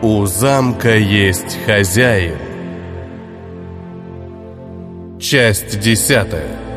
У замка есть хозяин. Часть 10.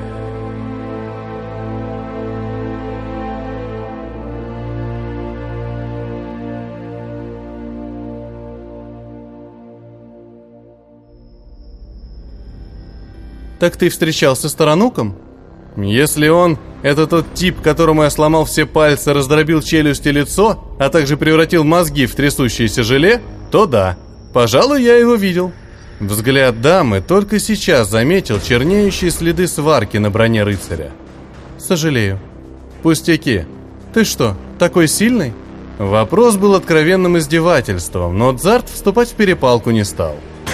Так ты встречался с Тарануком? Если он — это тот тип, которому я сломал все пальцы, раздробил челюсть и лицо, а также превратил мозги в трясущееся желе, то да, пожалуй, я его видел. Взгляд дамы только сейчас заметил чернеющие следы сварки на броне рыцаря. Сожалею. Пустяки. Ты что, такой сильный? Вопрос был откровенным издевательством, но Дзарт вступать в перепалку не стал.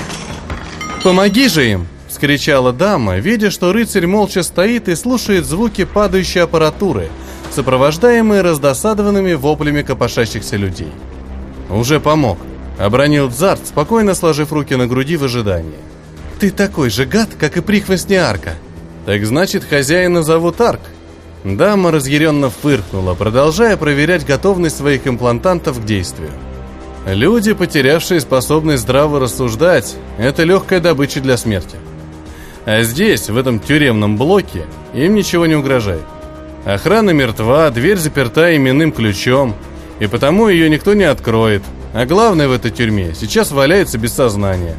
«Помоги же им!» — вскричала дама, видя, что рыцарь молча стоит и слушает звуки падающей аппаратуры, сопровождаемые раздосадованными воплями копошащихся людей. «Уже помог», — обронил Дзарт, спокойно сложив руки на груди в ожидании. «Ты такой же гад, как и прихвостни Арка». «Так значит, хозяина зовут Арк?» Дама разъяренно фыркнула, продолжая проверять готовность своих имплантантов к действию. Люди, потерявшие способность здраво рассуждать, это легкая добыча для смерти. А здесь, в этом тюремном блоке, им ничего не угрожает. Охрана мертва, дверь заперта именным ключом, и потому ее никто не откроет. А главное в этой тюрьме сейчас валяется без сознания.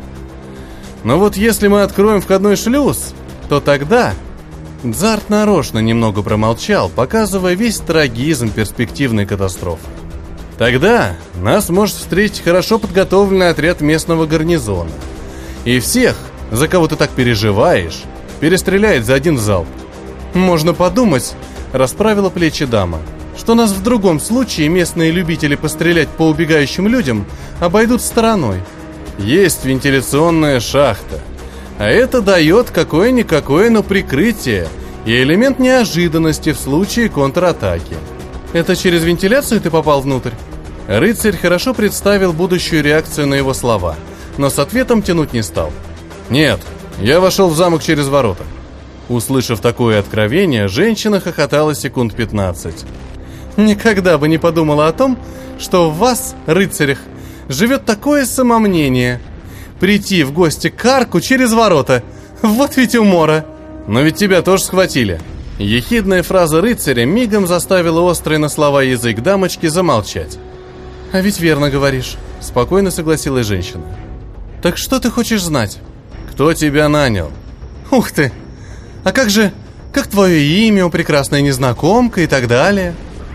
Но вот если мы откроем входной шлюз, то тогда... Дзарт нарочно немного промолчал, показывая весь трагизм перспективной катастрофы. Тогда нас может встретить хорошо подготовленный отряд местного гарнизона. И всех, за кого ты так переживаешь, перестреляет за один залп. Можно подумать, расправила плечи дама, что нас в другом случае местные любители пострелять по убегающим людям обойдут стороной. Есть вентиляционная шахта, а это дает какое-никакое, но прикрытие и элемент неожиданности в случае контратаки. Это через вентиляцию ты попал внутрь? Рыцарь хорошо представил будущую реакцию на его слова, но с ответом тянуть не стал. Нет, я вошел в замок через ворота. Услышав такое откровение, женщина хохотала секунд 15. Никогда бы не подумала о том, что в вас, рыцарях, живет такое самомнение. Прийти в гости к Арку через ворота. Вот ведь умора. Но ведь тебя тоже схватили. Ехидная фраза рыцаря мигом заставила острый на слова язык дамочки замолчать. А ведь верно говоришь, спокойно согласилась женщина. Так что ты хочешь знать? Кто тебя нанял? Ух ты! А как твое имя, прекрасная незнакомка и так далее?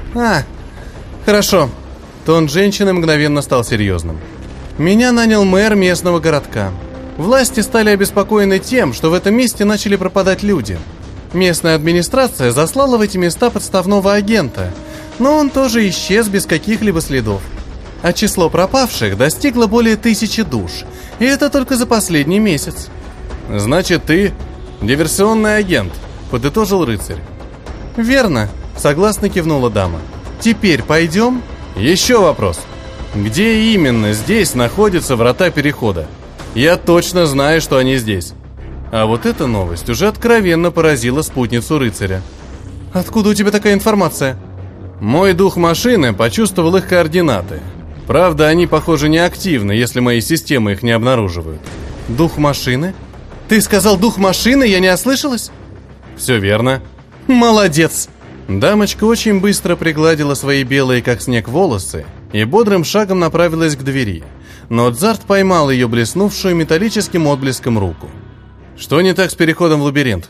Хорошо. Тон женщины мгновенно стал серьезным. Меня нанял мэр местного городка. Власти стали обеспокоены тем, что в этом месте начали пропадать люди. Местная администрация заслала в эти места подставного агента, но он тоже исчез без каких-либо следов. А число пропавших достигло более 1000 душ, и это только за последний месяц. Значит, ты диверсионный агент, подытожил рыцарь. Верно, согласно кивнула дама. Теперь пойдем? Еще вопрос. Где именно здесь находятся врата перехода? Я точно знаю, что они здесь. А вот эта новость уже откровенно поразила спутницу рыцаря. Откуда у тебя такая информация? Мой дух машины почувствовал их координаты. Правда, они, похоже, не активны, если мои системы их не обнаруживают. Дух машины? Ты сказал дух машины, я не ослышалась? Все верно. Молодец. Дамочка очень быстро пригладила свои белые, как снег, волосы и бодрым шагом направилась к двери. Но Дзарт поймал ее блеснувшую металлическим отблеском руку. Что не так с переходом в лабиринт?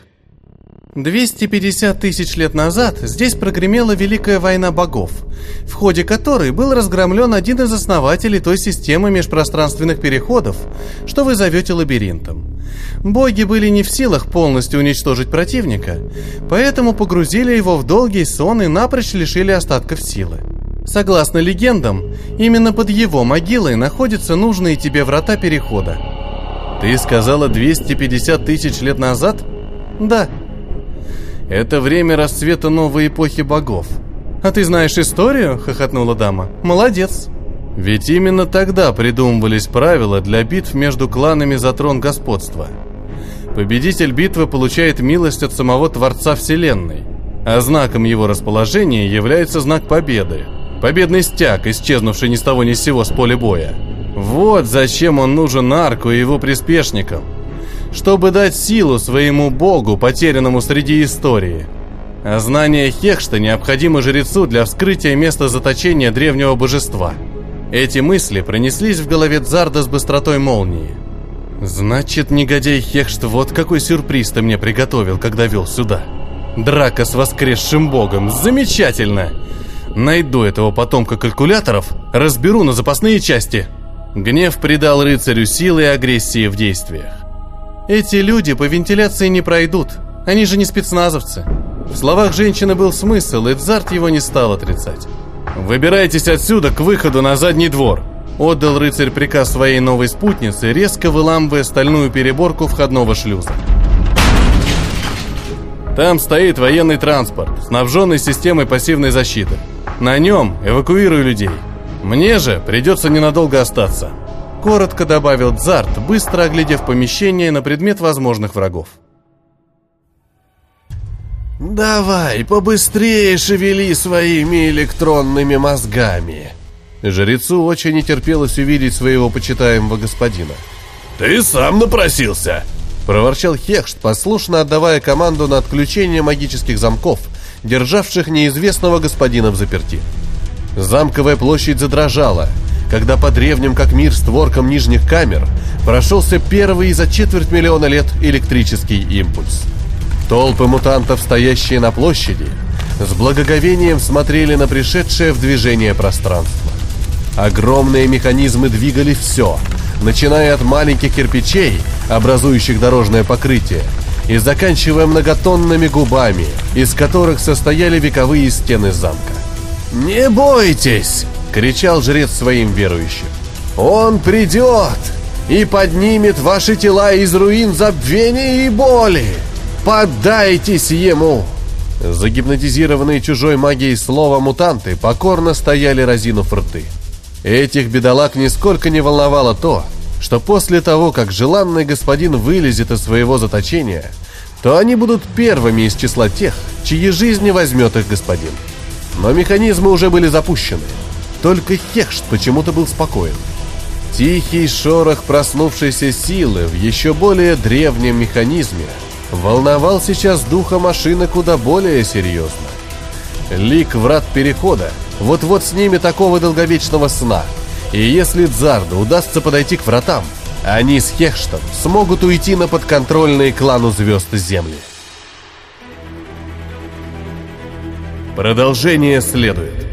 250 тысяч лет назад здесь прогремела Великая война богов, в ходе которой был разгромлен один из основателей той системы межпространственных переходов, что вы зовете лабиринтом. Боги были не в силах полностью уничтожить противника, поэтому погрузили его в долгий сон и напрочь лишили остатков силы. Согласно легендам, именно под его могилой находятся нужные тебе врата перехода. Ты сказала 250 тысяч лет назад? Да. Это время расцвета новой эпохи богов. А ты знаешь историю? Хохотнула дама. Молодец. Ведь именно тогда придумывались правила для битв между кланами за трон господства. Победитель битвы получает милость от самого Творца Вселенной, а знаком его расположения является знак победы. Победный стяг, исчезнувший ни с того ни с сего с поля боя. В Вот зачем он нужен Арку и его приспешникам. Чтобы дать силу своему богу, потерянному среди истории. А знание Хекшта необходимо жрецу для вскрытия места заточения древнего божества. Эти мысли пронеслись в голове Дзарда с быстротой молнии. Значит, негодяй Хекшт вот какой сюрприз ты мне приготовил, когда вел сюда. Драка с воскресшим богом. Замечательно! Найду этого потомка калькуляторов, разберу на запасные части. Гнев придал рыцарю силы и агрессии в действиях. Эти люди по вентиляции не пройдут. Они же не спецназовцы. В словах женщины был смысл, и Дзард его не стал отрицать. «Выбирайтесь отсюда к выходу на задний двор», — отдал рыцарь приказ своей новой спутнице, резко выламывая стальную переборку входного шлюза. Там стоит военный транспорт, снабженный системой пассивной защиты. На нем эвакуирую людей. Мне же придется ненадолго остаться», — коротко добавил Дзард, быстро оглядев помещение на предмет возможных врагов. «Давай, побыстрее шевели своими электронными мозгами!» Жрецу очень не терпелось увидеть своего почитаемого господина. «Ты сам напросился!» — проворчал Хекшт, послушно отдавая команду на отключение магических замков, державших неизвестного господина взаперти. Замковая площадь задрожала, когда по древним как мир створкам нижних камер прошелся первый за 250 000 лет электрический импульс. Толпы мутантов, стоящие на площади, с благоговением смотрели на пришедшее в движение пространство. Огромные механизмы двигали все, начиная от маленьких кирпичей, образующих дорожное покрытие, и заканчивая многотонными губами, из которых состояли вековые стены замка. «Не бойтесь!» — кричал жрец своим верующим. «Он придет и поднимет ваши тела из руин забвения и боли! Поддайтесь ему!» Загипнотизированные чужой магией слова мутанты покорно стояли, разинув рты. Этих бедолаг нисколько не волновало то, что после того, как желанный господин вылезет из своего заточения, то они будут первыми из числа тех, чьи жизни возьмет их господин. Но механизмы уже были запущены. Только Хекшт почему-то был спокоен. Тихий шорох проснувшейся силы в еще более древнем механизме волновал сейчас духа машины куда более серьезно. Лик врат перехода вот-вот снимет оковы долговечного сна, и если Дзарду удастся подойти к вратам, они с Хекштом смогут уйти на подконтрольные клану звезд земли. Продолжение следует.